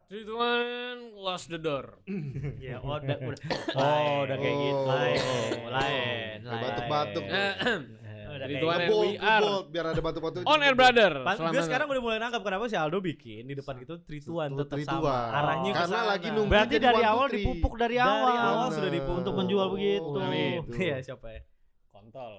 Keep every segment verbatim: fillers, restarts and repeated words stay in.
three, two, one, close the door. Ya, oh, udah udah. Oh, udah kayak gitu. Lain, Oh. lain, Kayak lain. batuk-batuk tuh. Udah Three, kayak two, one, gitu. and Bolt, we are bolt, biar ada batuk-batuk. on air, brother. Pan, Selamat gue sekarang udah mulai nangkap kenapa si Aldo bikin di depan gitu three two one tetap sama. Arahnya ke Karena sana. lagi nunggu Berarti jadi dari one, two, awal three. dipupuk dari Dari awal. awal Bener. sudah dipupuk untuk menjual begitu. Oh, gitu. Iya, siapa ya? kontol.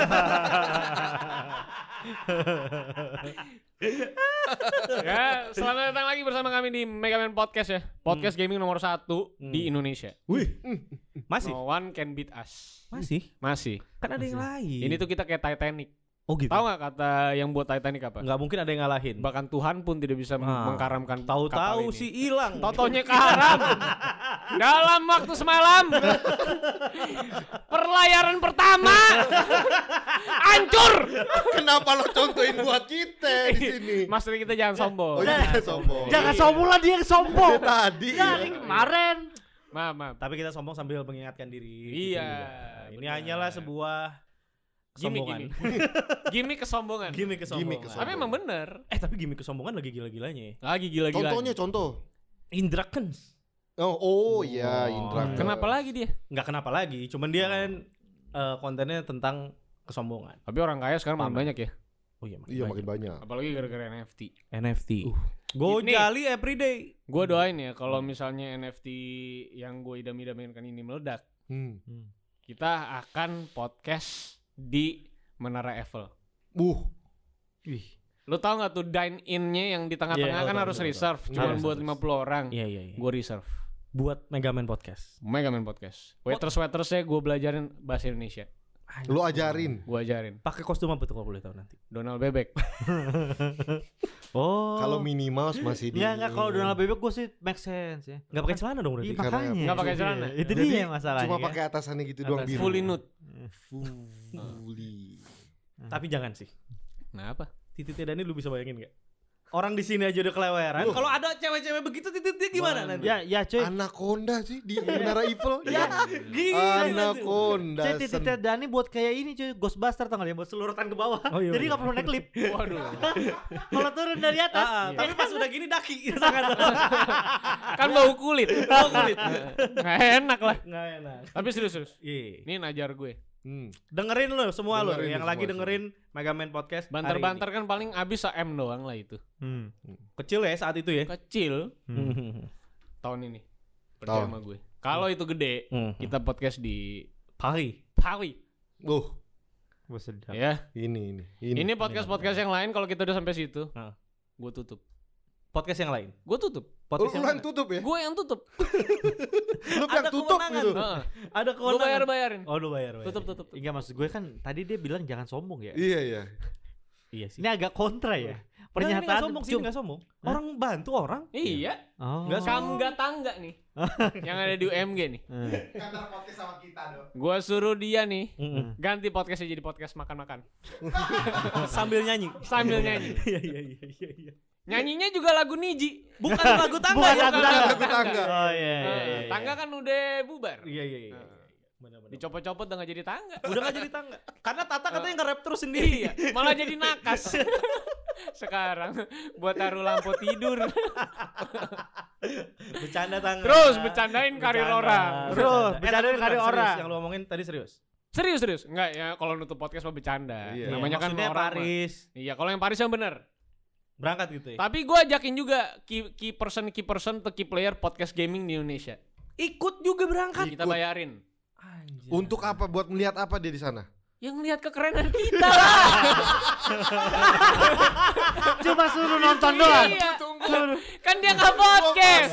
Ya, selamat datang lagi bersama kami di Megaman Podcast ya. Podcast gaming nomor satu Hmm. di Indonesia. Wih. Masih? No one can beat us. Masih? Masih. Kan ada yang lain. Ini tuh kita kayak Titanic. Oh gitu. Tahu nggak kata yang buat Titanic apa? Nggak mungkin ada yang ngalahin. Bahkan Tuhan pun tidak bisa Nah, mengkaramkan Tahu-tahu kapal ini. sih hilang. Totonya karam dalam waktu semalam. Perlayaran pertama hancur. Kenapa lo contohin buat kita di sini? Maksudnya kita jangan sombong. Oh iya, sombong. Jangan sombong lah, dia yang sombong. Dia tadi. Dari kemarin. Maaf, maaf. Tapi kita sombong sambil mengingatkan diri. Iya, Gitu. Ini benar. hanyalah sebuah Gimik, kesombongan. Gimik kesombongan. Gimik kesombongan. Gimik kesombongan. Tapi emang bener. Eh tapi gimik kesombongan lagi gila-gilanya ya. Lagi gila-gila. Contohnya contoh. Indra Kens. Oh, oh iya, Indra. Kenapa lagi dia? Nggak kenapa lagi. Cuman dia kan eh, kontennya tentang kesombongan. Tapi orang kaya sekarang makin Pamer. banyak ya. Oh iya makin Iya banyak. makin banyak. Apalagi gara-gara N F T. N F T. Gojali everyday. Gue doain ya kalau misalnya N F T yang gue idam-idamkan ini meledak, Hmm. kita akan podcast di Menara Eiffel. Uh. Wih. Lu tau gak tuh dine in-nya yang di tengah-tengah Iya, kan tahu, harus tahu, reserve, tahu. cuma Harus, buat harus. lima puluh orang. Iya iya iya. Gue reserve. Buat Megaman Podcast. Megaman Podcast. Waiters-waitersnya gue belajarin bahasa Indonesia. Lo ajarin. Gue ajarin. Pakai kostum apa tuh kalau boleh tahu nanti? Donald Bebek. Oh. Kalau Minnie Mouse masih di. Enggak, enggak, kalau Donald Bebek gue sih make sense ya. nggak pakai celana dong berarti. Iya, Karena- makanya. Nggak pakai celana. Itu Jadi, dia masalahnya. Cuma kan? pakai atasannya gitu doang Atas- biru. Fully nude. Fully. Tapi jangan sih. Kenapa? Titiknya Dani lu bisa bayangin nggak? Orang di sini aja udah keleweran. Loh. Kalau ada cewek-cewek begitu titiknya gimana Mana? nanti? Ya, ya cuy. Anaconda sih di Menara Eiffel. Ya, gila. Anaconda. Cuy, titik Dani buat kayak ini cuy, Ghostbuster tau gak dia buat selurutan ke bawah. Oh, iya, Jadi iya. gak perlu naik lift. Waduh. Kalau turun dari atas. Ah, tapi pas udah gini daki tangan. Kan bau kulit. Bau kulit. Nggak enak lah. Nggak enak. Tapi serius-serius. Iya. Ini najar gue. Hmm. Dengerin lo semua lo Dengerin yang semua lagi sih. dengerin Megaman Podcast. hari Banter-banter kan paling abis se-M doang lah itu. Hmm. ini. Kecil ya saat itu ya. Kecil Hmm. tahun ini. Percaya Tahun. sama gue. Kalau itu gede, Hmm. kita podcast di Paris. Paris. Uh, Gue sedap. Ya. ini ini. Ini podcast-podcast yang lain kalau kita udah sampai situ, Nah. gue tutup. Podcast yang lain. Gue tutup. Podcast Lu yang yang mana? tutup ya? Gue yang tutup. Lu yang Ada tutup kewenangan. gitu. Heeh. Ada Gue kewenangan. bayar-bayarin. Oh, lu bayar, bayar. Tutup, tutup. Enggak, maksud gue kan tadi dia bilang jangan sombong ya. Iya iya. Iya sih. Ini agak kontra ya. Pernyataan Pernyataan sombong sih, cum- enggak sombong. Orang bantu orang. Iya. Oh. Gak sangga tangga nih. Yang ada di U M G nih. Kantor podcast sama kita dong. Gue suruh dia nih Mm-mm. ganti podcastnya jadi podcast makan-makan Sambil nyanyi. sambil nyanyi. Iya iya iya iya iya. Nyanyinya juga lagu Niji. Bukan lagu tangga Bukan ya. lagu tangga. Lagu tangga. Oh iya iya. Eh, iya. Tangga kan udah bubar. Iya iya iya. Nah. Benar-benar. Dicopot-copot udah gak jadi tangga. Udah gak jadi tangga. Karena Tata katanya nge-rap terus sendiri. Iya, malah jadi nakas. Sekarang buat taruh lampu tidur. Bercanda tangga. Terus bercandain karir Bercanda. orang. Terus, Eh, bercandain tapi karir beneran, serius. orang. Yang lu omongin tadi serius. Serius serius. Enggak ya, kalau nutup podcast mah bercanda. Iya. Namanya kan Maksudnya orang mah. Paris. Iya, kalau yang Paris yang bener. Berangkat gitu ya. Tapi gue ajakin juga key, key person key person atau key player podcast gaming di Indonesia. Ikut juga berangkat. Kita bayarin. Anjir. Untuk apa? Buat melihat apa dia di sana? Yang lihat kekerenan kita lah. Cuma suruh nonton doang. Iya. Kan dia nggak podcast.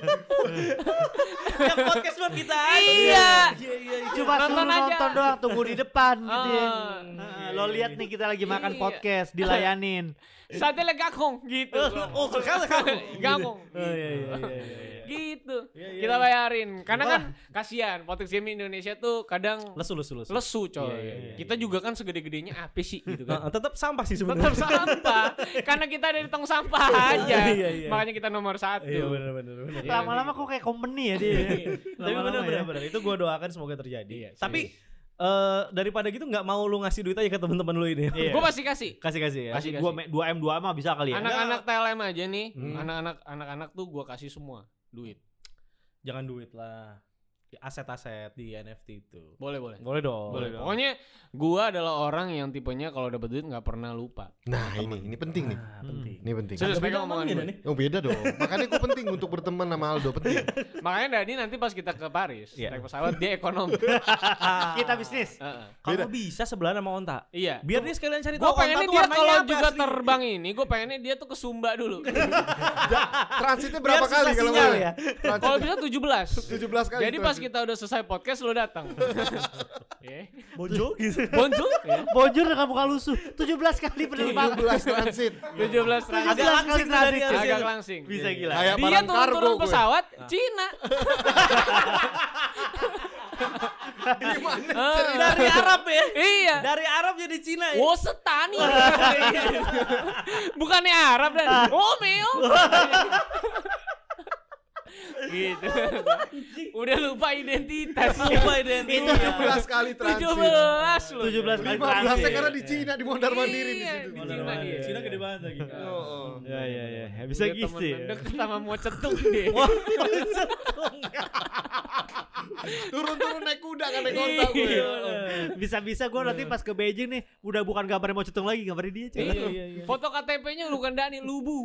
Yang podcast buat kita aja. Iya. Iya iya iya. Cuma Nonton suruh aja. nonton doang, tunggu di depan gitu ya. Ah. Nah, lo lihat nih kita lagi makan Iya. podcast, dilayanin. Saatnya lagi gakong gitu. Oh, sekarang sekarang. Gakong. Oh iya iya iya iya. Gitu. Iya, iya, Kita iya. bayarin. Karena kan kasihan podcast gaming Indonesia tuh kadang Lesu lesu lesu. lesu coy. Iya, iya, iya, Kita juga kan segede-gedenya apa sih gitu kan. Nah, tetap sampah sih Tetap sebenarnya. sampah. Karena kita ada di tong sampah aja. Iya, iya. Makanya kita nomor satu. Iya benar benar benar. Lama-lama kok kayak company ya dia. Tapi Lama-lama benar ya. benar benar itu gue doakan semoga terjadi. Iya, Tapi Eh daripada gitu nggak mau lu ngasih duit aja ke teman-teman lu ini. Iya. Gue pasti kasih. Kasih kasih ya. Kasih, Gua dua M dua mah bisa kali ya. Anak-anak T L M aja nih, Hmm. anak-anak anak-anak tuh gue kasih semua duit. Jangan duit lah. Aset-aset di N F T itu. Boleh boleh. Boleh dong. Boleh dong. Pokoknya gue adalah orang yang tipenya kalau dapat duit nggak pernah lupa. Nah ini, ini penting nih. Ah, penting. Ini penting. Serius, Ada pegang beda omongan emangnya gue. nih? Oh beda dong. Makanya gue penting untuk berteman sama Aldo, penting. Makanya Dani nanti pas kita ke Paris, Iya. naik pesawat dia ekonomi. Kita bisnis. Heeh. Kalau bisa sebelah sama Onta. Iya. Biar dia sekalian cari Gue tahu Onta pengennya tuh dia warnanya kalau apa juga asli. terbang ini, gue pengennya dia tuh ke Sumba dulu. Transitnya Biar berapa susah kali kalau sinyal boleh? ya. Kalau Transitnya bisa tujuh belas. tujuh belas kali. Jadi pas transit. kita udah selesai podcast lo datang. Ya. Bojo gitu. Bonjour. Ya. Bonjour dengan muka lusuh. tujuh belas kali penerbangan. tujuh belas transit. tujuh belas Agak transit. langsing tuh dari transit. harusnya. Agak langsing. Bisa Iya. gila. Kayak Dia barang kargo turun-turun gue. pesawat Cina. Ah. Dari Arab ya. Iya. Dari Arab jadi Cina ya. Oh setani. Bukannya Arab dan. Oh meo. Gitu. Udah lupa identitas. Lupa identitas. tujuh belas kali transit. tujuh belas loh. tujuh belas kali lima belas transit. karena di Cina di mondar mandirin di Iya, situ. di Mondar Cina mandir. dia. Cina gede banget lagi. Oh, oh. Ya ya ya. Bisa Udah gitu temen ya. deket sama mau cetung deh. Turun-turun naik kuda kan naik onta gue. Iya. Bisa-bisa gue nanti pas ke Beijing nih udah bukan gambarnya mau cetung lagi, gambarnya dia cuy. Iya, iya, iya. Foto K T P-nya bukan Dani, Lubu.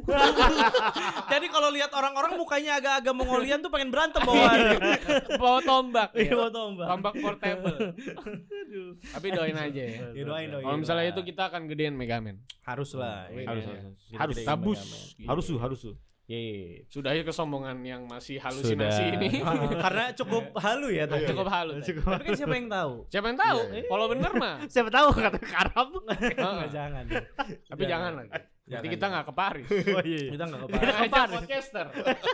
Jadi kalau lihat orang-orang mukanya agak-agak Mongolian tuh pengen berantem bawaannya. Bawa tombak. Iya, ya. bawa tombak. Tombak portable. Tapi doain aja ya. Ya, doain doain. Kalau misalnya itu kita akan gedein Megaman. harus lah. Harus, Iya. harus. Kita Harus gedein tabus. Megaman. Gitu. Harus tuh, harus tuh. Iya. Sudah ya kesombongan yang masih halusinasi ini. Karena cukup halu ya tadi. Cukup halus. Tapi kan siapa yang tahu? Siapa yang tahu? Iya, iya. Kalau bener mah. Siapa tahu kata Arab. Enggak jangan. Tapi jangan lagi. Nanti Jangan, kita nggak ke Paris. Oh iya. Kita enggak Kita kebayang. ngajak podcaster.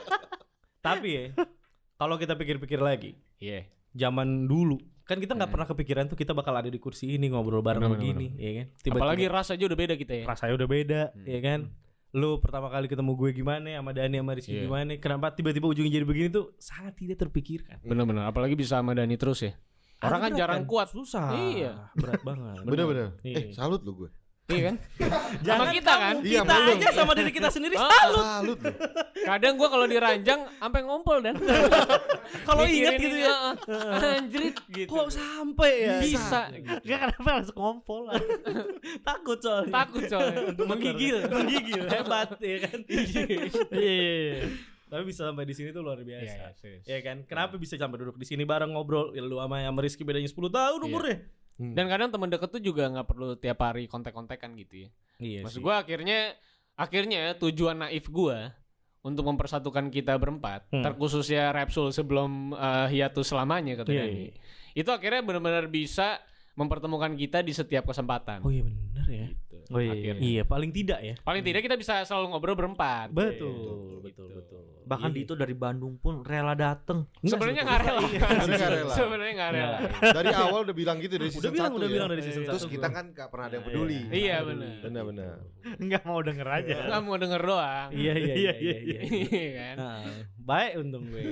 Tapi ya, kalau kita pikir-pikir lagi, Iya. zaman dulu kan kita nggak pernah kepikiran tuh kita bakal ada di kursi ini ngobrol bareng Bener, begini, ya kan? Apalagi ras aja udah beda kita ya. rasanya udah beda, ya kan? Lu pertama kali ketemu gue gimana, sama Dani sama Rizky Iya. gimana? Kenapa tiba-tiba ujungnya jadi begini tuh sangat tidak terpikirkan. Bener-bener. Apalagi bisa sama Dani terus ya. Orang kan Berat jarang kuat. susah. Iya. Berat banget. Bener-bener. Iya. Eh salut lu gue. Iya kan? Jangan Sama kita kan? Iya, Kita sama lu. aja sama diri kita sendiri Oh, salut. Salut lu. Kadang gua kalau diranjang sampai ngompol dan Kalau inget gitu ya. Anjrit gitu. Kok sampai ya? Bisa. Enggak kenapa langsung ngompol. Takut soalnya. Takut soalnya. Menggigil. Menggigil. Hebat ya kan? Iya iya iya. Tapi bisa sampai di sini tuh luar biasa. Iya, iya, serius. Ya kan? Kenapa bisa sampai duduk di sini bareng ngobrol? Ya, lu sama sama Rizky bedanya sepuluh tahun Iya. umurnya. Dan kadang teman deket tuh juga nggak perlu tiap hari kontak-kontakan gitu ya. Iya Maksud gua akhirnya akhirnya tujuan naif gua untuk mempersatukan kita berempat, Hmm. terkhususnya Repsul sebelum uh, hiatus selamanya kata Iya, Dani. iya. Itu akhirnya benar-benar bisa mempertemukan kita di setiap kesempatan. Oh iya bener ya. Gitu. Oh iya. Akhirnya. Iya paling tidak ya. Paling tidak kita bisa selalu ngobrol berempat. Betul, Gitu. betul, betul. Bahkan Iya. Dito dari Bandung pun rela dateng. Sebenarnya nggak rela. Sebenarnya nggak rela. Sebenarnya nggak rela. Dari awal udah bilang gitu dari Udah season bilang, satu udah ya. bilang dari season Terus satu. kita kan gak pernah ada yang peduli. Iya benar. Benar-benar. Enggak mau denger aja. Nggak mau denger doang. Iya iya iya iya. iya. Iya kan. Nah, baik untung gue.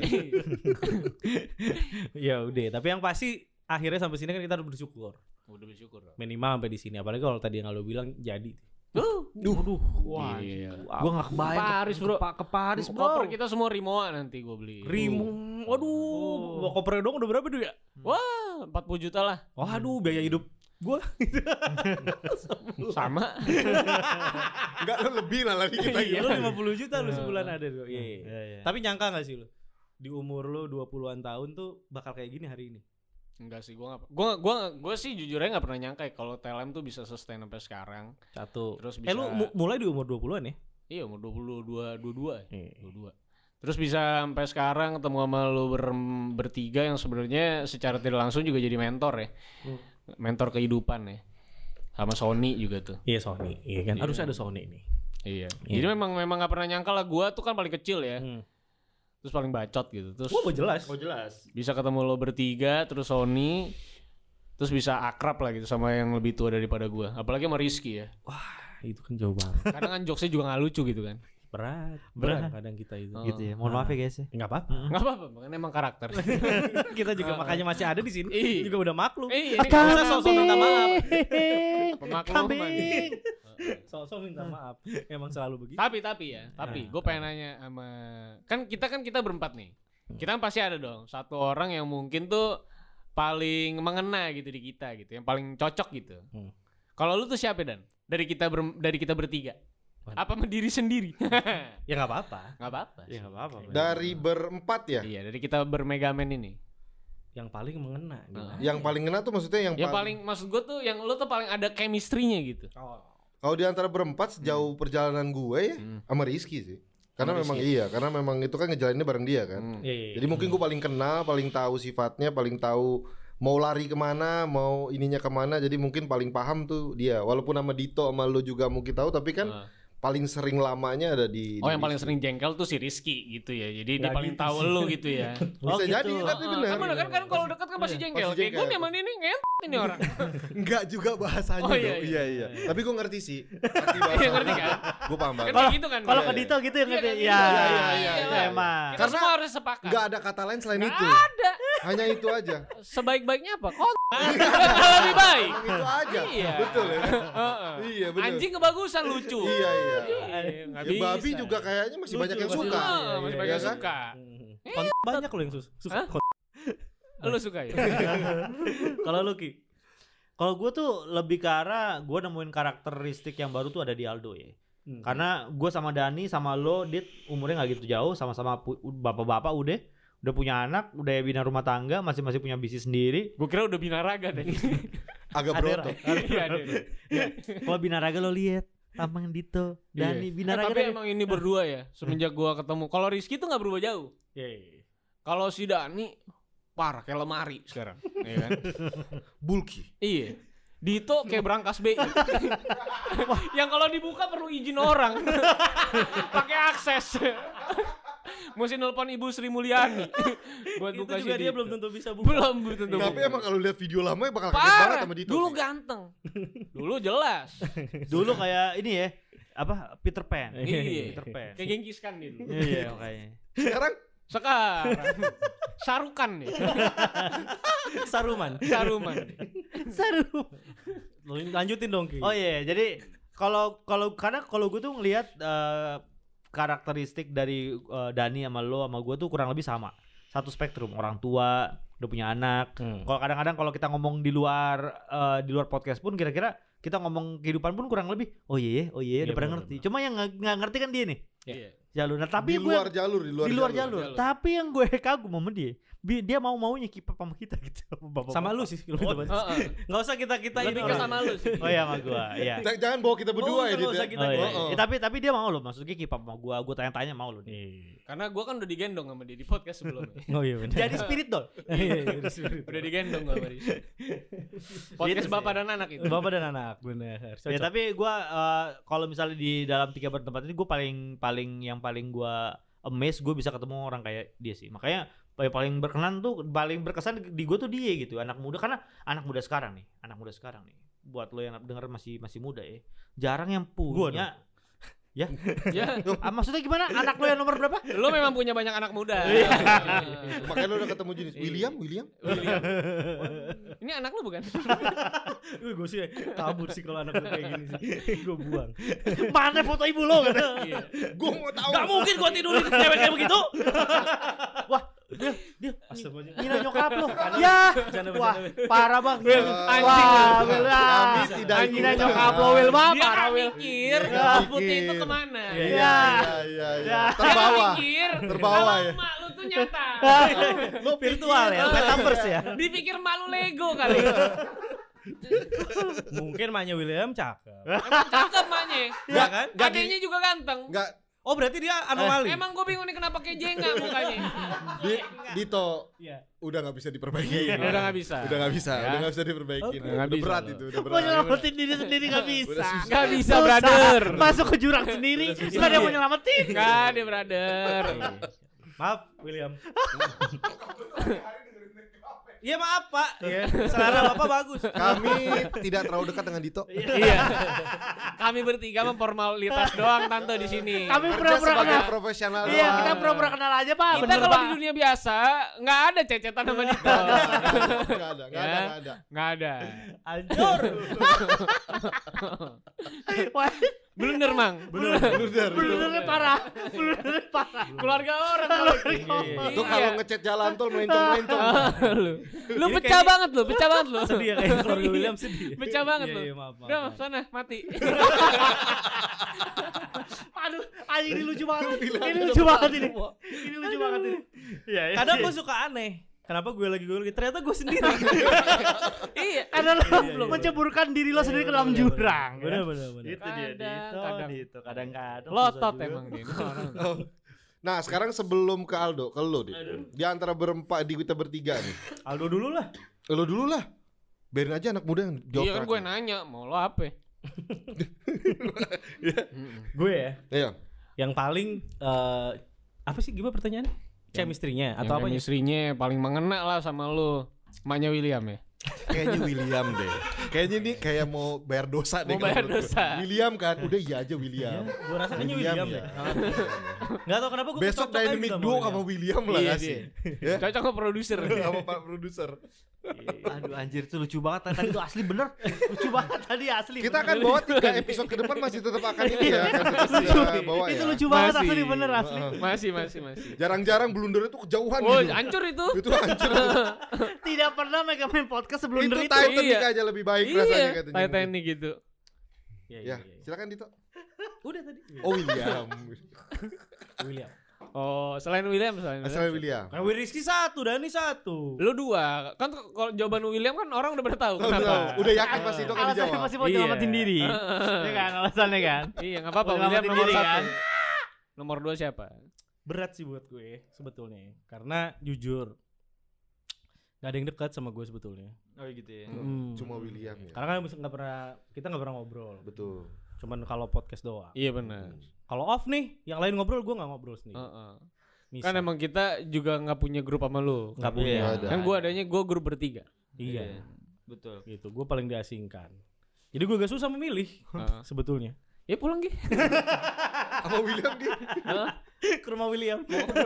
Ya udah, tapi yang pasti akhirnya sampai sini kan kita harus bersyukur. Udah bersyukur. dong. Minimal sampai di sini. Apalagi kalau tadi yang lo bilang jadi. Duh, Aduh. wah. Iya. Gua enggak kebayang Paris, bro. Ke, ke Paris, bro. Koper kita semua Rimoa nanti gue beli. Rimo, waduh, oh. koper dong udah berapa tuh ya? Wah, empat puluh juta lah. Waduh, biaya hidup gua. Sama. Enggak lu lebih lah lagi kita Iya, gitu. lu lima puluh juta lu sebulan ada tuh. Iya. iya. Iya, iya. Tapi nyangka gak sih lu? Di umur lu dua puluhan tahun tuh bakal kayak gini hari ini. Enggak sih, gua enggak. Gua gua gua sih jujur aja enggak pernah nyangka ya kalau T L M tuh bisa sustain sampai sekarang. Satu. Terus Eh lu bisa- mu- mulai di umur dua puluhan ya? Iya, umur dua puluh dua, dua puluh dua. Iya. dua puluh dua. Terus bisa sampai sekarang ketemu sama lu ber- bertiga yang sebenarnya secara tidak langsung juga jadi mentor ya. Mentor kehidupan ya. Sama Sony juga tuh. Iya Sony, iya kan. Iya. Harus ada Sony nih. Iya. Iya. Jadi memang memang enggak pernah nyangka lah gua tuh kan paling kecil ya. Hmm. Terus paling bacot gitu. Terus Wah, jelas. Oh jelas. bisa ketemu lo bertiga, terus Sony, terus bisa akrab lah gitu sama yang lebih tua daripada gua. Apalagi sama Rizky ya. Wah, itu kan jauh banget. Kadang kan jokesnya juga nggak lucu gitu kan. Berat, Berat. berat kadang kita itu. Oh. Gitu ya. Mohon maaf ya guys ya. Enggak apa-apa. Enggak apa-apa, makanya emang karakter. Kita juga makanya masih ada di sini. Iya. Juga udah maklum. Eh, ini Nggak usah sosok minta maaf. pemakluman. Kambing. Sosok minta maaf. Emang selalu begitu. Tapi tapi ya, tapi gue pengen nanya sama kan kita kan kita berempat nih. Kita kan pasti ada dong satu orang yang mungkin tuh paling mengena gitu di kita gitu, yang paling cocok gitu. Hmm. Kalau lu tuh siapa Dan? Dari kita ber, dari kita bertiga. Apa mendiri sendiri? Ya enggak apa-apa. Nggak apa-apa. Ya enggak apa-apa. Dari berempat ya? Iya, dari kita bermegamen ini. Yang paling mengena gitu. Yang paling ngena tuh maksudnya yang, Yang paling maksud gue tuh yang lu tuh paling ada chemistry-nya gitu. Oh. Kalau di antara berempat sejauh perjalanan gue ya Hmm. sama Rizky sih. Karena Sama memang Rizky. iya, karena memang itu kan ngejalaninnya bareng dia kan. Hmm. Iya, iya, iya. Jadi mungkin gue paling kenal, paling tahu sifatnya, paling tahu mau lari kemana, mau ininya kemana. Jadi mungkin paling paham tuh dia. Walaupun sama Dito sama lu juga mungkin tahu, tapi kan Ah. paling sering lamanya ada di. Oh, di yang paling Rizky. sering jengkel tuh si Rizky gitu ya. Jadi dia Nggak paling gitu tahu sih. lu gitu ya. Bisa Oh, gitu. jadi tapi Ah, benar. kan bener kan kan kalau dekat kan pasti jengkel. Pasti Kayak gue jengkel. nyaman ini ngentot ini orang. Enggak juga bahasanya Oh, dong. iya, Iya iya. iya. Tapi gue ngerti sih. Ngerti Iya, ngerti kan? Gue paham banget. Kan kayak gitu kan. Kalau Iya, ke iya. Dito gitu yang Iya, ngerti. kan? Ya, Iya, iya, iya, iya, iya, iya. emang. Kita Karena semua harus sepakat. Enggak ada kata lain selain itu. Ada. Hanya itu aja. Sebaik-baiknya apa? Kok lebih baik. Emang itu aja. Iya. Betul ya. Heeh. Iya betul. Anjing kebagusan lucu. Iya iya. Iya, nggak Ya, babi bisa. juga kayaknya masih Lucu, banyak yang masih suka. lucu. Ah, masih Iya, banyak iya yang kan? suka. Hmm. Kon- banyak loh yang sus- suka. Hah? kon- Lu suka ya? Kalau lu Ki? Kalau gue tuh lebih ke arah gue nemuin karakteristik yang baru tuh ada di Aldo ya. Hmm. Karena gue sama Dani sama lo Dit umurnya nggak gitu jauh, sama-sama pu- bapak-bapak udah udah punya anak, udah bina rumah tangga, masing-masing punya bisnis sendiri. Gue kira udah binaraga deh. Agak Ada berotot. Iya, ada. Kalau Binaraga lo lihat tampang Dito, Dani Iya. Binaraga. Eh, tapi dari- emang ini berdua ya semenjak gua ketemu. Kalau Rizky tuh nggak berubah jauh. Iya, iya, iya. Kalau si Dani parah kayak lemari sekarang, ya kan? Bulky. Iya. Dito kayak berangkas B I. Yang kalau dibuka perlu izin orang. Pakai akses. Mesti nelpon Ibu Sri Mulyani buat Itu buka si juga dia Dito. belum tentu bisa buka. belum belum tentu. Tapi buka. emang kalau lihat video lama ya bakal kaget banget parah. sama Dito. Dulu sih. ganteng. Dulu jelas. Dulu kayak ini ya, apa Peter Pan. Iya. Peter Pan. Kayak Genghis Khan dia dulu. Iya makanya. Sekarang Sekarang Sarukan nih. Saruman. Saruman. Seru. Lu lanjutin dong Ki. Oh iya, jadi kalau kalau karena kalau gue tuh ngelihat eh, karakteristik dari eh, Dani sama lo sama gue tuh kurang lebih sama. Satu spektrum, orang tua, udah punya anak. Hmm. Kalau kadang-kadang kalau kita ngomong di luar eh, di luar podcast pun kira-kira kita ngomong kehidupan pun kurang lebih oh iya, oh iya, Iya, udah pada benar, ngerti. Cuma yang nggak nggak ngerti kan dia nih. Iya. Jalur. Nah, tapi di gue luar jalur, di luar, di luar jalur. jalur. Tapi yang gue kagum sama dia, bi- dia mau maunya keep up sama kita gitu. Bapak-bapak. Sama lu sih kalau Oh, kita bahas. heeh. Nggak usah kita kita ini Lebih ke orang. sama lu sih. Oh iya sama gue, iya. J- Jangan bawa kita berdua Oh, ya nggak Dit. usah ya. kita Oh, iya. Oh, oh. Eh, tapi tapi dia mau loh, maksudnya keep up sama gue. Gue tanya-tanya mau loh. Iya. Karena gua kan udah digendong sama dia di podcast sebelumnya. Oh iya benar. Jadi spirit dong. Iya, iya, udah spirit. Udah digendong gua sama dia. Podcast Gitu bapak sih. dan anak itu. Bapak dan anak benar. Ya tapi gue uh, kalau misalnya di dalam tiga bertempat ini gue paling paling yang paling gue amazed gue bisa ketemu orang kayak dia sih. Makanya yang paling berkenan tuh paling berkesan di gue tuh dia gitu, anak muda. Karena anak muda sekarang nih, anak muda sekarang nih. Buat lo yang denger masih masih muda ya, jarang yang punya. Ya, Ya, ah, maksudnya gimana? Anak lo yang nomor berapa? lu memang punya banyak anak muda. Iya. Makanya lu udah ketemu jenis William, William. William. Ini anak lu bukan? Wih, gue sih kabur sih kalau anak gue kayak gini sih. Gue buang. Mana foto ibu lo? Kata. Iya. Gua mau tahu. Gak mungkin gue tidurin cewek kayak begitu. Wah, dia dia Astagfirullah. Nina nyokap lo. Ya, Bercanda, wah bercanda. parah bang. Will, Ah, anjing Wah, lu. Will, Kami ah. tidak Nina ikutan. nyokap lo Will mah Dia parah kan Will. mikir Dia rambut putih mikir. itu kemana. Iya, Iya, iya, iya, iya. Ya. Terbawa. Dia mikir Terbawa kalau ya. emak lu tuh nyata. Lo virtual ya, metaverse ya. Dipikir malu Lego kali. Mungkin maknya William cakep. Emang cakep maknya. Ya kan? Adeknya juga ganteng. Enggak Oh berarti dia anomali. Emang gue bingung nih kenapa kayak jengga mukanya. di Dito Iya. udah nggak bisa diperbaiki. Udah nggak bisa. Udah nggak bisa, Ya. udah nggak bisa diperbaiki. Oke. Udah, Nggak bisa berat loh. itu, udah Mau berat. nyelamatin diri sendiri gak bisa. Udah susah. Gak bisa, Susah. brother. Masuk ke jurang sendiri, nggak ada yang mau nyelamatin. Gak deh, brother. Maaf William. Iya maaf Pak. Ya, selera Bapak bagus. Kami tidak terlalu dekat dengan Dito. Iya. Kami bertiga mah formalitas doang tante di sini. Kami Kerja pura-pura sebagai kenal. profesional Iya, doang. kita pura-pura kenal aja, Pak. Kita Bener, kalau Pak. di dunia biasa nggak ada cecetan sama Dito. Nggak ada, nggak ada, Ya. nggak ada. Nggak ada. Hancur. Wah, Blunder mang. Blunder, itu. bener-bener parah. Bener-bener parah. Keluarga orang kalau Itu kalau ngechat jalan tol melencong-melencong. lu, lu Ini pecah kayaknya- banget lu, pecah banget lu. Sedih ya kayak keluarga William sedih. Pecah banget Iya, lu. iya, maaf, maaf, Udah, maaf. sana mati. Aduh, anjing ini lucu banget. Bilang Ini udah lucu pernah banget ini. Ini lucu banget ini. Iya, iya. Kadang gue suka aneh. Kenapa gue lagi gue lagi ternyata gue sendiri. Iya, Karena lo Iya, iya. menceburkan diri lo sendiri ke dalam jurang. Benar benar benar. Itu dia, Kadang, Dito, kadang. Dito, kadang-kadang. lotot susah juga. emang dia. Ini orang. Nah, sekarang sebelum ke Aldo, ke lo deh. Di antara berempat di kita bertiga nih. Aldo dulu lah. Lo dulu lah. Biarin aja anak muda yang jawab. Iya kan gue terakhir. nanya, mau lo apa? Gue ya. Iya. Yang paling eh, apa sih gimana pertanyaannya? Chemistry-nya atau apa? Chemistry-nya paling mengena lah sama lo. Emaknya William ya. Kayaknya William deh. Kayaknya ini kayak mau bayar dosa deh. Mau bayar kalau menurut gue. dosa. William kan, udah iya aja William. Gue rasanya William, ya. deh. Enggak tahu kenapa gue Besok Dynamic Duo sama William lah Iya, kasih. dia. Cocok sama produser. Sama Pak Produser. Aduh anjir itu lucu banget tadi itu asli bener. Lucu banget tadi asli. Kita akan bawa tiga episode ke depan masih tetap akan ini ya. Akan tetap lucu. kita bawa ya. Itu lucu banget Masih. asli bener asli. Masih, masih, masih. Jarang-jarang blundernya tuh kejauhan Oh, gitu. hancur itu. Itu hancur. Tidak pernah Mega main podcast sebelum Itu itu. Titanic Iya. aja lebih baik rasanya Iya, katanya. Titanic gitu. Iya, Ya, silakan Dito. Udah tadi. Oh William. William. Oh, selain William, selain William. Asal William. Nah, Rizky satu, Dani satu. Lu dua. Kan t- kalau jawaban William kan orang udah pada tahu Tahu, kenapa. tahu. Udah yakin pasti itu akan Alasannya dijawab. pasti mau Iya. nyelamatin diri. Iya kan alasannya kan. Iya, enggak apa-apa. Mau William nyelamatin nomor diri, satu. kan? Nomor dua siapa? Berat sih buat gue sebetulnya. Karena jujur gak ada yang dekat sama gue sebetulnya. Oh gitu ya. Hmm. Cuma William ya. Karena kan nggak pernah kita nggak pernah ngobrol. Betul. Cuman kalau podcast doang. Iya benar. Kalau off nih, yang lain ngobrol gue nggak ngobrol sendiri. Heeh. Misal. Kan emang kita juga nggak punya grup sama lu. nggak punya. Nggak ada. Kan gua adanya gua grup bertiga. Iya. Betul. Gitu. Gue paling diasingkan. Jadi gue gak susah memilih Heeh. sebetulnya. Ya pulang Gi. Sama William dia. Ke rumah William.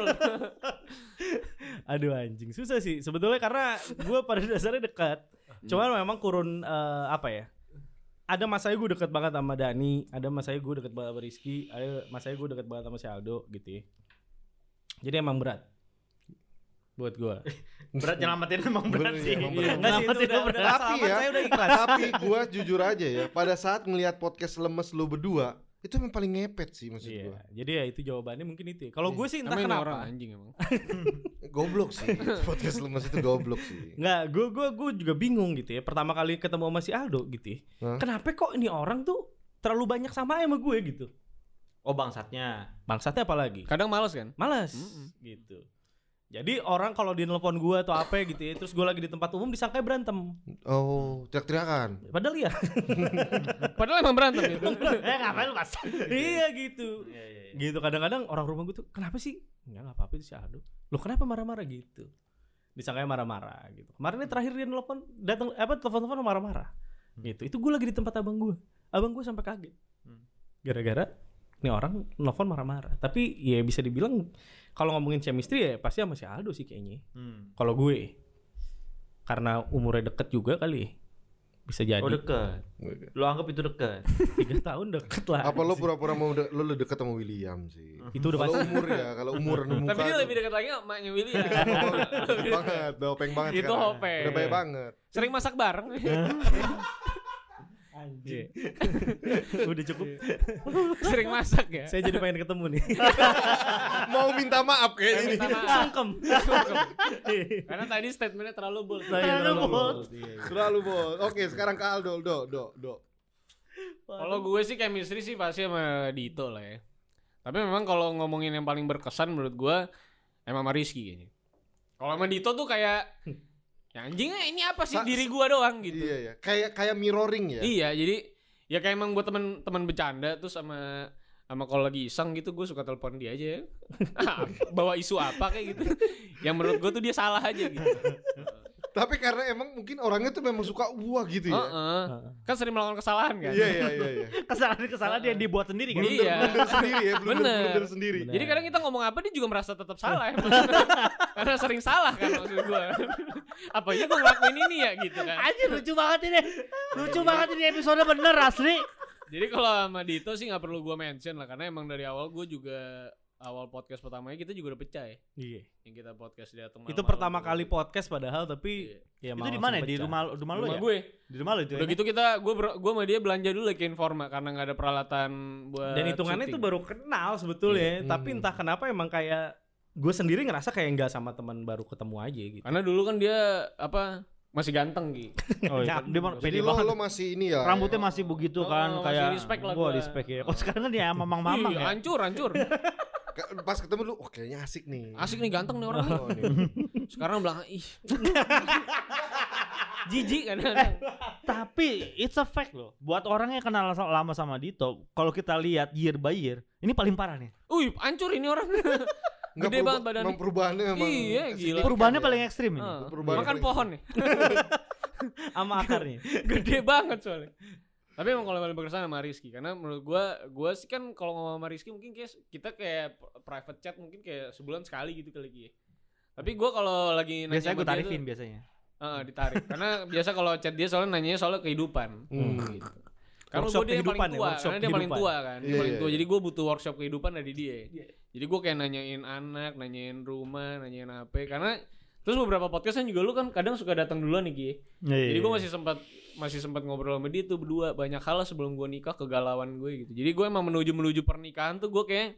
Aduh anjing, susah sih sebetulnya karena gue pada dasarnya dekat. Cuman memang kurun eh, apa ya? Ada masanya gue deket banget sama Dani, ada masanya gue deket banget sama Rizky, ada masanya gue deket banget sama si Aldo gitu ya. Jadi emang berat buat gue. Berat nyelamatin emang berat Bener, sih. iya, emang berat. Enggak sih itu Nyelamatin udah, emang udah berat. Tapi selamat, ya, saya udah ikhlas. tapi gua jujur aja ya, pada saat ngelihat podcast lemes lu berdua, itu emang paling ngepet sih maksud Iya, gua. jadi ya itu jawabannya mungkin itu. Ya. Kalau gue sih entah Namanya kenapa. orang anjing emang. Goblok sih. Podcast lemes itu goblok sih. Enggak, gue gue gue juga bingung gitu ya. Pertama kali ketemu sama si Aldo gitu ya. Hah? Kenapa kok ini orang tuh terlalu banyak sama sama gue gitu. Oh bangsatnya. Bangsatnya apa lagi? Kadang males kan? Malas Mm-mm. gitu. Jadi orang kalau di nelpon gue atau apa gitu ya, terus gue lagi di tempat umum disangka berantem. Oh, teriak-teriakan. Padahal iya. Padahal emang berantem gitu. Eh ngapain lu mas? Iya gitu. Iya iya. Gitu kadang-kadang orang rumah gue tuh kenapa sih? Enggak enggak apa-apa itu si Aldo. Loh kenapa marah-marah gitu? Disangka marah-marah gitu. Kemarin nih terakhir dia nelpon datang apa telepon-telepon marah-marah. Gitu. Itu gue lagi di tempat abang gue. Abang gue sampai kaget. Hmm. Gara-gara nih orang nelpon marah-marah. Tapi ya bisa dibilang kalau ngomongin chemistry ya pasti sama si Aldo sih kayaknya. Hmm. Kalau gue karena umurnya deket juga kali. Bisa jadi Oh deket. Lu anggap itu deket. tiga tahun deket lah. Apa lo pura-pura mau de- lo deket sama William sih? Itu udah Kalau pasti. umur ya, kalau umur dan muka. Tapi dia tuh. lebih dekat lagi sama emaknya William. Baik banget, dopeng banget Itu sekarang. hopeng. Udah baik banget. Sering masak bareng. Anjing. Udah cukup. Sering masak ya. Saya jadi pengen ketemu nih. Mau minta maaf kayak ini. Minta maaf. Sungkem. Karena tadi statementnya terlalu bold. Saya Terlalu bold. Selalu bol. Oke, sekarang ke Aldo, do, do, do. Kalau gue sih chemistry sih pasti sama Dito lah ya. Tapi memang kalau ngomongin yang paling berkesan menurut gue emang sama Rizky kayaknya. Kalau sama Dito tuh kayak ya anjingnya ini apa sih Sa- diri gue doang gitu. Iya ya, kayak kayak mirroring ya. Iya, jadi ya kayak emang buat teman-teman bercanda terus sama sama kalau lagi iseng gitu gue suka telepon dia aja ya. Bawa isu apa kayak gitu. Yang menurut gue tuh dia salah aja gitu. Tapi karena emang mungkin orangnya tuh memang suka wah gitu ya. Heeh. Kan sering melakukan kesalahan kan. Iya iya iya iya. Kesalahan-kesalahan yang dibuat sendiri kan. Iya. Blunder sendiri ya, blunder, Bener. blunder sendiri. Bener. Jadi kadang kita ngomong apa dia juga merasa tetap salah emang. Karena sering salah kan maksud gue. Apa aja gue ngelakuin ini ya gitu kan. Anjir lucu banget ini. Lucu banget ini episode bener asli. Jadi kalau sama Dito sih nggak perlu gue mention lah karena emang dari awal gue juga awal podcast pertamanya kita juga udah pecah ya. Iya. Yang kita podcast di Atom Itu pertama kali podcast padahal tapi ya Itu malah di mana? langsung Di pecah. rumah rumah lu rumah ya? gue. Di rumah lu itu. Udah ya? gitu kita gue gue sama dia belanja dulu ke Informa karena nggak ada peralatan buat Dan hitungannya syuting. itu baru kenal sebetulnya, Iya. tapi Hmm. entah kenapa emang kayak gue sendiri ngerasa kayak nggak sama teman baru ketemu aja gitu. Karena dulu kan dia apa masih ganteng gitu. Oh, iya. Dia mah Jadi pede lo, banget. lo masih ini ya. Rambutnya masih begitu Oh, kan masih kayak respect lah gua gua. respect ya. Kok sekarang kan dia mamang-mamang Ih, ya. hancur hancur. Ka- Pas ketemu lu, oh kayaknya asik nih. Asik nih ganteng nih orang nih. Oh, nih. Sekarang belakang ih. Jijik kan. Tapi it's a fact loh. Buat orang yang kenal lama sama Dito, kalau kita lihat year by year, ini paling parah nih. Wih, hancur ini orang. Nggak Gede peruba- banget badannya. Memang perubahannya memang. Iya, gila. signifikan Perubahannya ya. paling ekstrim ini. Ah, Perubahan makan paling- pohon nih. Sama akarnya. Gede banget soalnya. Tapi emang kalau paling berkesan sama Rizky karena menurut gua gua sih kan kalau ngomong sama Rizky mungkin kayak kita kayak private chat mungkin kayak sebulan sekali gitu kali ya. Tapi gua kalau lagi nanya Biasanya sama gue dia tarifin tuh, biasanya. Heeh, ditarik. Karena biasa kalau chat dia soalnya nanyanya soal kehidupan. Hmm. Gitu. Karena Workshop gue dia yang kehidupan paling ya, tua, workshop karena dia paling kehidupan. tua kan, dia Iya, paling iya, tua. iya. Jadi gue butuh workshop kehidupan dari dia. Jadi gue kayak nanyain anak, nanyain rumah, nanyain apa. Karena terus beberapa podcast kan juga lu kan kadang suka datang duluan nih Gi. Jadi gue masih sempat masih sempat ngobrol sama dia tuh berdua banyak hal lah sebelum gue nikah kegalauan gue gitu. Jadi gue emang menuju menuju pernikahan tuh gue kayak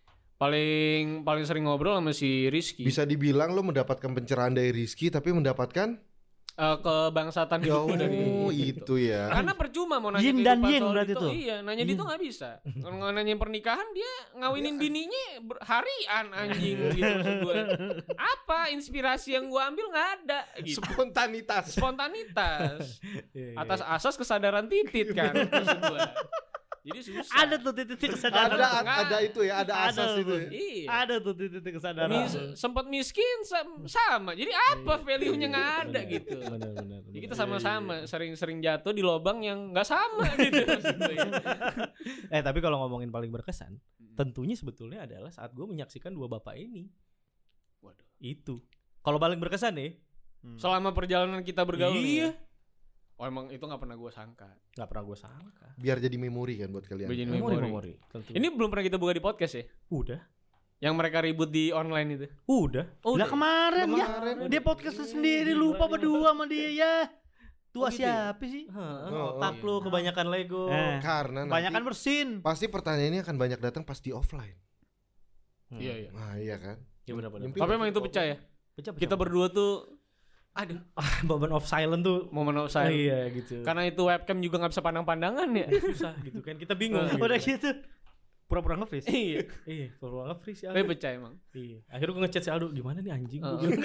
paling paling sering ngobrol sama si Rizky. Bisa dibilang lo mendapatkan pencerahan dari Rizky tapi mendapatkan Eh, kebangsatan oh hidup dari itu ya. Karena percuma mau nanya Yin dan kehidupan yin soal berarti Dito. tuh. Iya, nanya Dito nggak bisa. Kalau nanyain pernikahan dia ngawinin bininya ber- harian anjing gitu maksud gue. Apa inspirasi yang gue ambil nggak ada gitu. Spontanitas. Spontanitas Iya, iya. atas asas kesadaran titit kan maksud gue. Jadi susah. Ada tuh titik kesadaran. Ada Nggak. ada itu ya, ada Ada asas itu. tuh. Ya. Iya. Ada tuh titik kesadaran. Mis- sempat miskin sam- sama. Jadi apa value-nya nggak ada gitu. Benar, benar, Jadi benar. kita sama-sama sering-sering jatuh di lubang yang nggak sama gitu maksud gue ya. Eh tapi kalau ngomongin paling berkesan, tentunya sebetulnya adalah saat gue menyaksikan dua bapak ini. Waduh. Itu. Kalau paling berkesan nih, Selama perjalanan kita bergaul nih Iya. ya. Oh emang itu gak pernah gue sangka. nggak pernah gue sangka. Biar jadi memori kan buat kalian. Bikin Memori, memori. memori. Tentu. Ini belum pernah kita buka di podcast ya? udah, Yang mereka ribut di online itu. udah. Oh, Lah udah. kemarin, Kemarin. ya. Dia podcast sendiri lupa berdua sama dia ya. Tua Oh, gitu ya? siapa sih? Heeh, Oh, otak iya. lu kebanyakan Lego. Eh. Karena nanti Banyakan bersin. pasti pertanyaannya akan banyak datang pas di offline. Hmm. Iya iya. Nah, iya kan? Iya benar-benar. Nyempil Tapi pasti emang itu di pecah ya? Pecah, pecah. Kita berdua tuh aduh, moment of silence tuh. momen of Oh, silence. iya gitu. Karena itu webcam juga gak bisa pandang-pandangan ya. susah gitu kan. Kita bingung. Nah, gitu. Udah gitu. Pura-pura nge-freeze. Iya. Iya, perlu banget free sih. Tapi Aldo. pecah emang. Iya. Akhirnya gue ngechat si Aldo, gimana nih anjing? Gua Oh. bilang.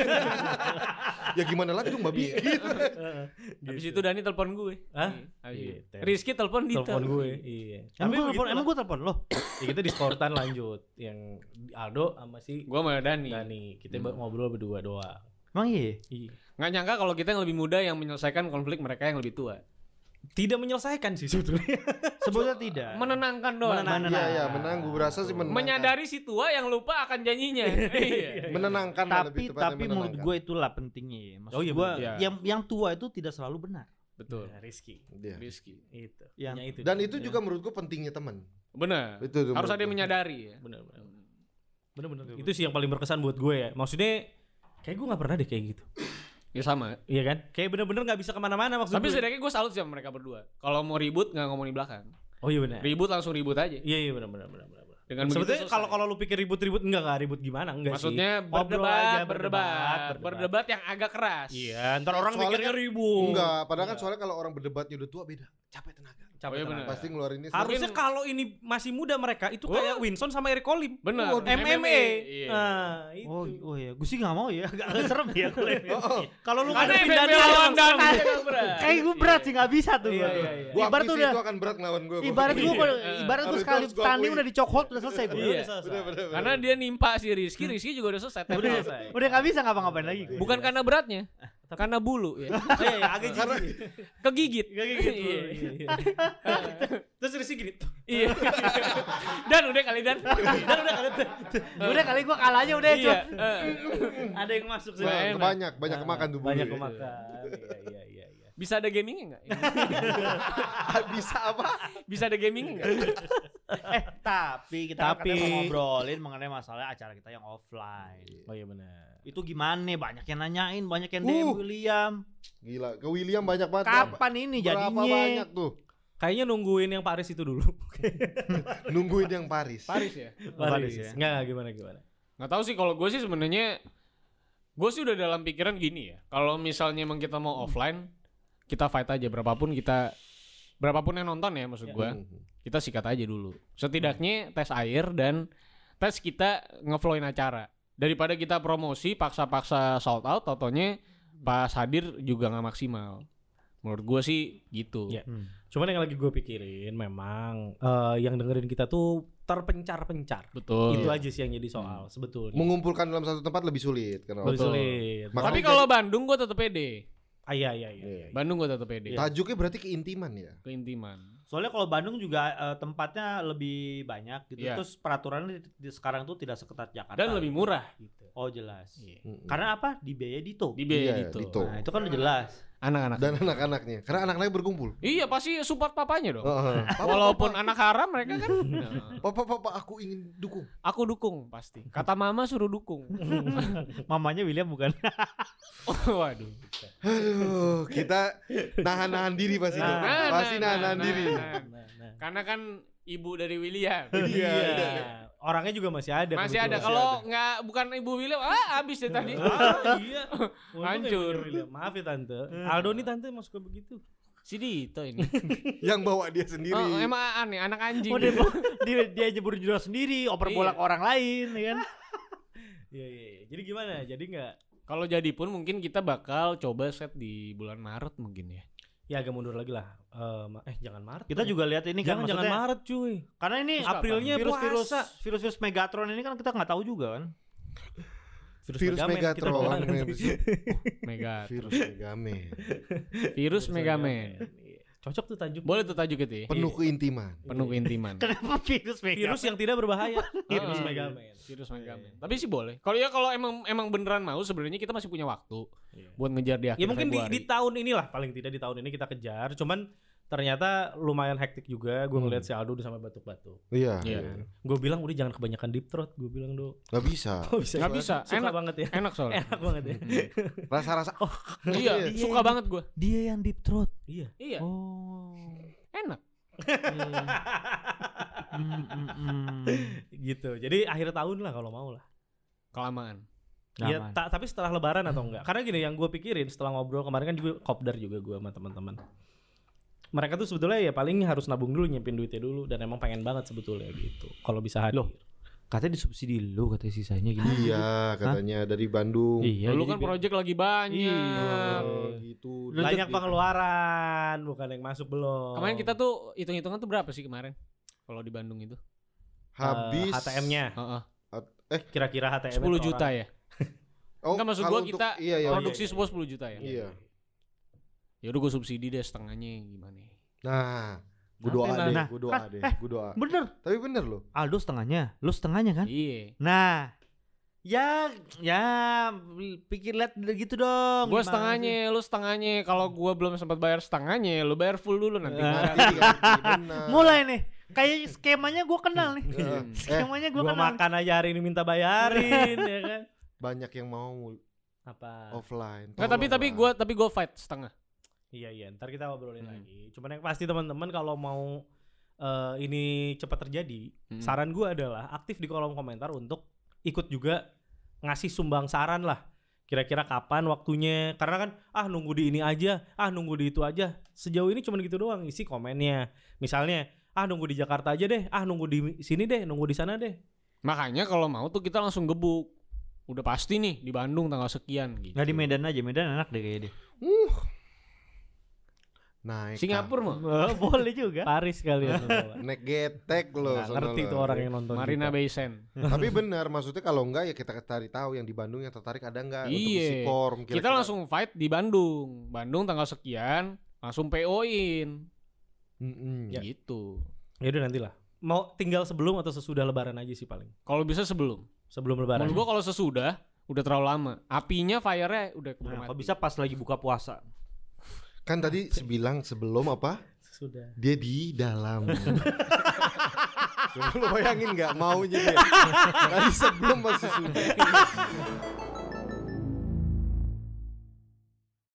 Ya gimana lagi dong Babi? Gitu. Heeh, Habis gitu. itu Dani telepon gue. Hah? Iya, habis Iya, itu. ter- Rizky telepon Dito. telepon gue. Iya. Emang gue telepon, begitulah. emang gue telepon lo. Ya, kita diskortan lanjut yang Aldo sama si Gue sama Dani. Dani. Kita Hmm. ngobrol berdua doang. Emang iya? Iya. Nggak nyangka kalau kita yang lebih muda yang menyelesaikan konflik mereka yang lebih tua. Tidak menyelesaikan sih sebetulnya. Sebetulnya tidak. Menenangkan doang. Menenangkan. Iya, iya, menang. Gue berasa sih menang. Menyadari si tua yang lupa akan janjinya. Iya. Menenangkan lah, lebih Tapi tepatnya tapi menurut menenangkan. gue itulah pentingnya ya. Maksud Oh iya, gue bener. yang yang tua itu tidak selalu benar. Betul. Ya, Rizky. Iya. Rizky. Itu. Yang- Punya itu. Dan dia. itu juga menurut gue pentingnya teman. Benar. Itu tuh Harus menurut ada yang gue. menyadari ya. Bener bener. Bener bener. Itu sih yang paling berkesan buat gue ya. Maksudnya kayak gue nggak pernah deh kayak gitu. Ya sama. Iya kan? Kayak bener-bener nggak bisa kemana-mana maksud Tapi gue. setidaknya gue salut sih sama mereka berdua. Kalau mau ribut nggak ngomong di belakang. Oh iya benar. Ribut langsung ribut aja. Iya iya benar benar benar benar. Dengan begitu Sebetulnya selesai. kalau kalau lu pikir ribut-ribut enggak enggak ribut gimana enggak Maksudnya sih. Ngobrol berdebat, aja, berdebat, berdebat yang agak keras. Iya, ntar orang Soalnya mikirnya kan- ribut. Enggak, padahal kan soalnya kalau orang berdebatnya udah tua beda. Capek tenaga. Oh, iya benar. Pasti ngeluarin ini. Harusnya Mungkin- kalau ini masih muda mereka itu Oh. kayak Winson sama Eric Colim. Benar. M M A. Iya. Nah, itu. Oh, oh ya, gue sih nggak mau ya, agak agak serem ya kalau M M A. Oh, oh. Kalau lu Karena ngadepin M M A Dani lawan lawan Dani Dani. kan berat. Kayak gue berat sih nggak bisa tuh Iya, gue. iya, iya. Gua Ibarat akui tuh sih udah, itu akan berat ngelawan gue. ibarat gue kalau Iya. ibarat tuh Harus- sekali harus gua tanding akui. udah dicokot udah selesai gue. Iya. Karena dia nimpa si Rizky, Rizky juga udah selesai. Udah Udah, selesai. Udah nggak bisa ngapa-ngapain lagi gue. Bukan karena beratnya, Karena bulu ya. Oh, iya, iya, agak Karena- jijik. Kegigit. Gak gitu. Iya. Iya, iya. Terus Rizky gini. tuh. Iya. Dan udah kali dan. Dan udah kali Udah kali gua kalahnya udah Iya. Cuk. eh. ada yang masuk sih. Wah, enak. banyak banyak kemakan tuh bulu. Banyak kemakan. Iya, iya, iya, iya. Bisa ada gamingnya enggak? Bisa apa? Bisa ada gamingnya enggak? Eh, tapi kita Tapi- tapi... mau ngobrolin mengenai masalah acara kita yang offline. Oh iya benar. Itu gimana? Banyak yang nanyain, banyak yang D M Uh. William. Gila, ke William banyak banget. Kapan ini Berapa jadinya? banyak tuh? Kayaknya nungguin yang Paris itu dulu. Nungguin yang Paris. Paris ya. Paris ya? Enggak, enggak, gimana gimana. Nggak tahu sih kalau gue sih sebenarnya gue sih udah dalam pikiran gini ya. Kalau misalnya emang kita mau offline, kita fight aja berapapun kita berapapun yang nonton ya maksud gue. Hmm. Kita sikat aja dulu. Setidaknya tes air dan tes kita ngeflowin acara. Daripada kita promosi paksa-paksa sold out, totonya pas hadir juga nggak maksimal. Menurut gue sih gitu. Iya. Hmm. Cuman yang lagi gue pikirin memang eh, yang dengerin kita tuh terpencar-pencar. Betul. Itu Iya. aja sih yang jadi soal sebetulnya. Mengumpulkan dalam satu tempat lebih sulit kan. Lebih Betul. sulit. Makanya Tapi kalau Bandung gue tetep pede. Ah, iya iya iya. iya. Bandung gue tetep pede. Tajuknya berarti keintiman ya. Keintiman. Soalnya kalau Bandung juga eh, tempatnya lebih banyak gitu. Iya. Terus peraturannya di, di- sekarang tuh tidak seketat Jakarta. Dan lebih murah. Gitu. Oh jelas. Iya. Mm-mm. Karena apa? Di biaya Dito. Di biaya Iya, gitu. Dito. Nah, itu kan udah jelas. Anak-anak. Dan anak-anaknya, karena anak-anaknya berkumpul. Iya pasti support papanya dong. Heeh. Papa, Walaupun papa, anak haram mereka kan. Nah, papa, papa, aku ingin dukung. aku dukung pasti. Kata mama suruh dukung. Mamanya William bukan? Oh, waduh. Aduh, kita nahan-nahan diri pasti. Nah, tuh. nah, pasti nah, nahan-nahan nah, diri. nah. Nah, nah. Karena kan ibu dari William. Iya. Orangnya juga masih ada. Masih ada. kebetulan. Kalau nggak bukan ibu William, ah habis deh tadi. Ah, iya. Untung Hancur. ya, William. Maaf ya tante. Aldo nih tante emang suka begitu. Si Dito ini. Yang bawa dia sendiri. Oh, emang aneh, anak anjing. Oh, dia, dia, dia nyebur judul sendiri, oper bola Iya. ke orang lain, ya kan? Iya iya. iya. Jadi gimana? Jadi nggak? Kalau jadi pun mungkin kita bakal coba set di bulan Maret mungkin ya. Ya agak mundur lagi lah. Eh, ma- eh jangan Maret. Kita dong. juga lihat ini kan jangan jangan maksudnya- Maret cuy. Karena ini Terus Aprilnya virus-virus puasa. virus-virus Megatron ini kan kita nggak tahu juga kan. Virus Megaman, kita Megatron. doang nanti. Mega. Virus Megaman. Virus Megaman. Iya. Cocok tuh tajuk. Boleh tuh tajuk itu ya. Penuh keintiman. Penuh keintiman. Kenapa virus Megatron? Virus yang tidak berbahaya. Virus Ah. Megaman. Virus Megaman. Tapi sih boleh. Kalau ya kalau emang emang beneran mau sebenarnya kita masih punya waktu Iya. buat ngejar di akhir Ya mungkin di, Februari. di tahun inilah paling tidak di tahun ini kita kejar. Cuman ternyata lumayan hektik juga. Gue ngeliat si Aldo udah sampai batuk-batuk. Iya. Iya. Gue bilang udah jangan kebanyakan deep throat. Gue bilang do. Gak bisa. Oh, bisa. Nggak bisa. Suka Enak. banget ya. Enak soalnya. Enak banget ya. Rasa-rasa. Oh, Iya, suka banget gue. Dia yang deep throat. Iya. Iya, Oh. enak. Hmm, hmm, hmm. Gitu. Jadi akhir tahun lah kalau mau lah. Kelamaan. Iya, Aman. ta- tapi setelah lebaran atau enggak? Karena gini yang gue pikirin setelah ngobrol kemarin kan juga kopdar juga gue sama teman-teman. Mereka tuh sebetulnya ya paling harus nabung dulu, nyimpen duitnya dulu dan emang pengen banget sebetulnya gitu. Kalau bisa hadir. Loh, katanya disubsidi lu katanya sisanya gini. iya katanya dari Bandung. Iya, Lu jadi kan biar- project lagi banyak. Oh, gitu. Lu Banyak jadi- pengeluaran, bukan yang masuk belum. Kemarin kita tuh hitung-hitungan tuh berapa sih kemarin? Kalau di Bandung itu? Habis H T M-nya Heeh. kira-kira H T M sepuluh juta ya. Oh, Enggak, maksud kalau gua untuk- kita iya, iya, Produksi iya. sebuah sepuluh juta ya. Iya. Ya udah gue subsidi deh setengahnya gimana. Nah, gue Nanti doa lah. deh, Nah, gue doa kan, deh, eh. gue doa. Bener. Tapi bener loh. Aldo setengahnya, lu setengahnya kan? Iya. Nah, ya, ya pikir lihat gitu dong. Gue gimana setengahnya, lu setengahnya. Kalau gue belum sempat bayar setengahnya, lu bayar full dulu nanti. Eh. Nanti ganti, bener. sih? Mulai nih, kayak skemanya gue kenal nih. Eh, eh, Skemanya gue Gua kenal. makan aja hari ini minta bayarin ya kan. banyak yang mau Apa? offline. Nggak, tapi tapi gue tapi gue fight setengah. Iya iya, ntar kita ngobrolin Hmm. lagi. Cuman yang pasti teman-teman kalau mau eh, ini cepat terjadi, Hmm. saran gue adalah aktif di kolom komentar untuk ikut juga ngasih sumbang saran lah. Kira-kira kapan waktunya? Karena kan ah nunggu di ini aja, ah nunggu di itu aja. Sejauh ini cuman gitu doang isi komennya. Misalnya ah nunggu di Jakarta aja deh, ah nunggu di sini deh, nunggu di sana deh. Makanya kalau mau tuh kita langsung gebuk. Udah pasti nih di Bandung tanggal sekian gitu. Nggak di Medan aja, Medan enak deh kayaknya deh. Naik Singapura mah. Eh, boleh juga. Paris kalian lu bawa. naik getek loh. Nggak sono ngerti lo. tuh orang yang nonton Marina kita. Bay Sands. Tapi benar, maksudnya kalau enggak ya kita cari tahu yang di Bandung yang tertarik ada enggak untuk isi Iya. form. Kita Kira-kira- langsung fight di Bandung. Bandung tanggal sekian, langsung P O-in. Mm-mm. Ya. Gitu. Ya udah nanti lah. Mau tinggal sebelum atau sesudah lebaran aja sih paling. Kalau bisa sebelum. Sebelum lebaran. Menurut gua kalau sesudah udah terlalu lama. Apinya fire-nya udah keburu Nah, mati. kalau bisa pas lagi buka puasa. Kan tadi bilang sebelum apa? Sesudah. Dia di dalam. Coba lu bayangin nggak maunya dia. Tadi sebelum masih sudah.